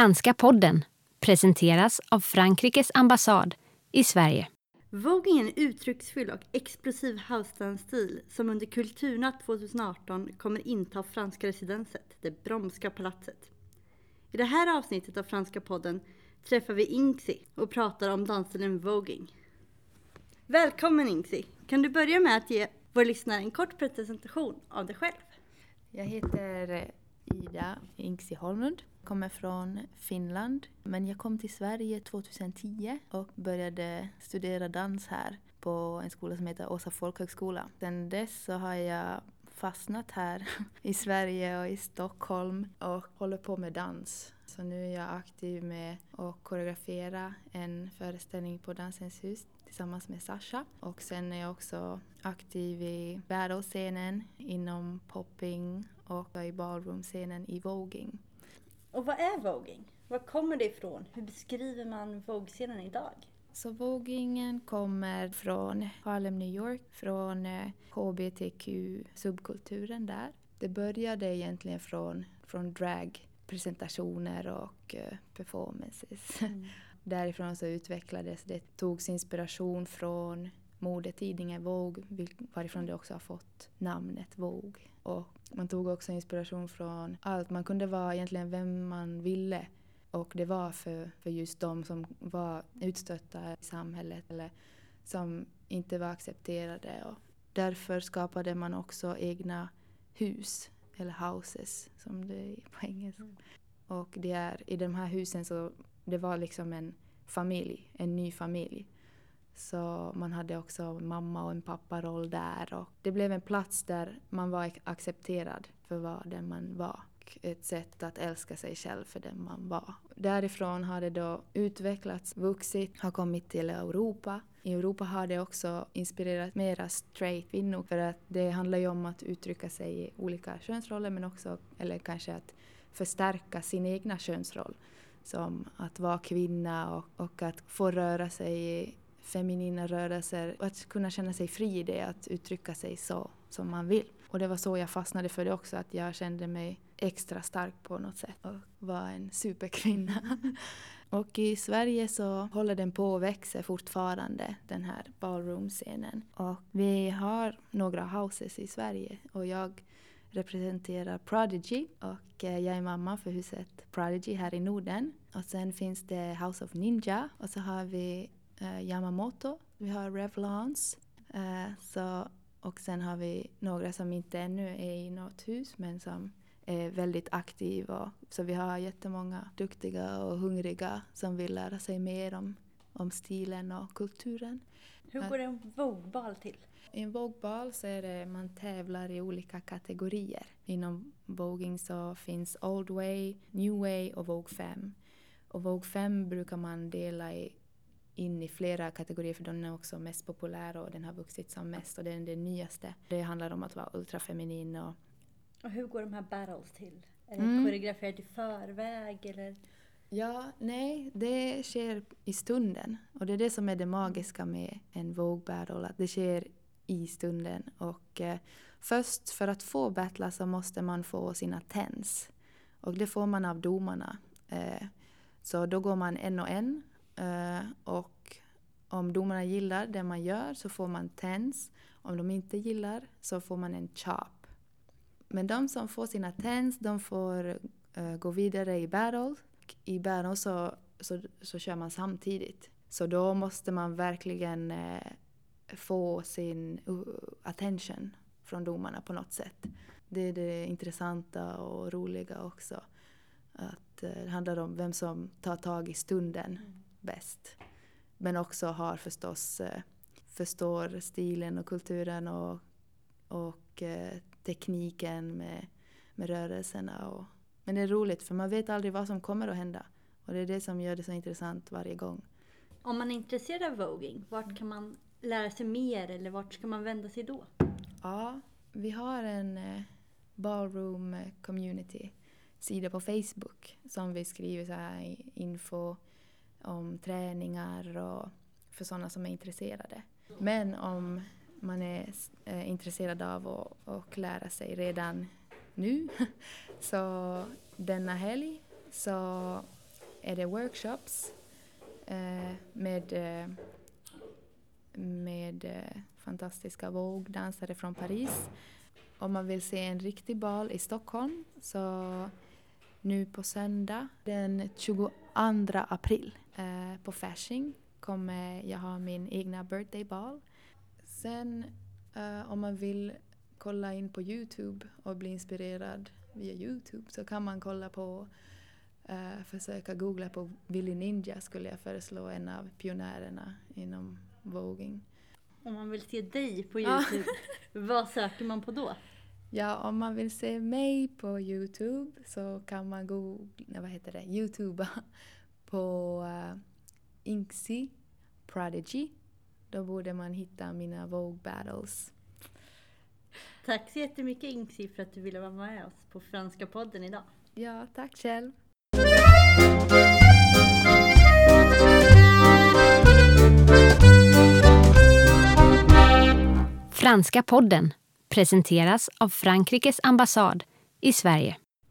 Franska podden presenteras av Frankrikes ambassad i Sverige. Voguing är en uttrycksfull och explosiv house-dance-stil som under Kulturnatt 2018 kommer inta franska residenset, det Bromska palatset. I det här avsnittet av Franska podden träffar vi Inxi och pratar om dansstilen voguing. Välkommen Inxi! Kan du börja med att ge vår lyssnare en kort presentation av dig själv? Jag heter Ida Inxi Holmlund, kommer från Finland, men jag kom till Sverige 2010 och började studera dans här på en skola som heter Åsa folkhögskola. Sedan dess så har jag fastnat här i Sverige och i Stockholm och håller på med dans. Så nu är jag aktiv med att koreografera en föreställning på Dansens hus tillsammans med Sasha. Och sen är jag också aktiv i battle-scenen inom popping och i ballroom-scenen i voguing. Och vad är voguing? Var kommer det ifrån? Hur beskriver man vogue-scenen idag? Så vogingen kommer från Harlem, New York, från HBTQ-subkulturen där. Det började egentligen från drag-presentationer och performances. Därifrån så utvecklades det, togs inspiration från modetidningen Vogue, varifrån det också har fått namnet Vogue. Och man tog också inspiration från allt. Man kunde vara egentligen vem man ville. Och det var för just de som var utstötta i samhället eller som inte var accepterade. Och därför skapade man också egna hus, eller houses som det är på engelska. Och det är, i de här husen så det var liksom en familj, en ny familj. Så man hade också mamma och en papparoll där. Och det blev en plats där man var accepterad för vad den man var. Ett sätt att älska sig själv för den man var. Därifrån har det då utvecklats, vuxit, har kommit till Europa. I Europa har det också inspirerat mera straight kvinnor. För att det handlar ju om att uttrycka sig i olika könsroller men också, eller kanske att förstärka sin egna könsroll. Som att vara kvinna och att få röra sig i feminina rörelser. Och att kunna känna sig fri i det, att uttrycka sig så som man vill. Och det var så jag fastnade för det också, att jag kände mig extra stark på något sätt och var en superkvinna. Och i Sverige så håller den på att växa fortfarande, den här ballroom-scenen. Och vi har några houses i Sverige och jag representerar Prodigy och jag är mamma för huset Prodigy här i Norden. Och sen finns det House of Ninja och så har vi Yamamoto, vi har Revlons. Och sen har vi några som inte ännu är i något hus men som är väldigt aktiva. Så vi har jättemånga duktiga och hungriga som vill lära sig mer om stilen och kulturen. Hur går en vogueball till? I en vogueball så är det man tävlar i olika kategorier. Inom voguing så finns Old Way, New Way och Vogue 5. Och Vogue 5 brukar man dela in i flera kategorier för den är också mest populär och den har vuxit som mest och den är den nyaste. Det handlar om att vara ultrafeminin och hur går de här battles till? Är det koreograferat i förväg eller? Ja, nej, det sker i stunden. Och det är det som är det magiska med en Vogue battle, att det sker i stunden. Och först för att få battla så måste man få sina tens. Och det får man av domarna. Så då går man en och en. Och om domarna gillar det man gör så får man tens. Om de inte gillar så får man en chop. Men de som får sina tens, de får gå vidare i battle. I battle så kör man samtidigt. Så då måste man verkligen få sin attention från domarna på något sätt. Det är det intressanta och roliga också. Att det handlar om vem som tar tag i stunden bäst. Men också har förstår stilen och kulturen och tekniken med rörelserna. Men det är roligt för man vet aldrig vad som kommer att hända. Och det är det som gör det så intressant varje gång. Om man är intresserad av voguing, vart kan man lära sig mer eller vart ska man vända sig då? Ja, vi har en ballroom community sida på Facebook som vi skriver så här info om träningar och för sådana som är intresserade. Men om man är intresserad av att lära sig redan nu så denna helg så är det workshops med fantastiska Vogue-dansare från Paris. Om man vill se en riktig bal i Stockholm så nu på söndag den 22 april på Fasching kommer jag ha min egna birthday-bal. Sen om man vill kolla in på YouTube och bli inspirerad via YouTube så kan man kolla på försöka googla på Willy Ninja skulle jag föreslå, en av pionjärerna inom voging. Om man vill se dig på YouTube, vad söker man på då? Ja, om man vill se mig på YouTube så kan man YouTuba på Inxi Prodigy. Då borde man hitta mina Vogue Battles. Tack så jättemycket Inxi för att du ville vara med oss på Franska podden idag. Ja, tack själv. Franska podden presenteras av Frankrikes ambassad i Sverige.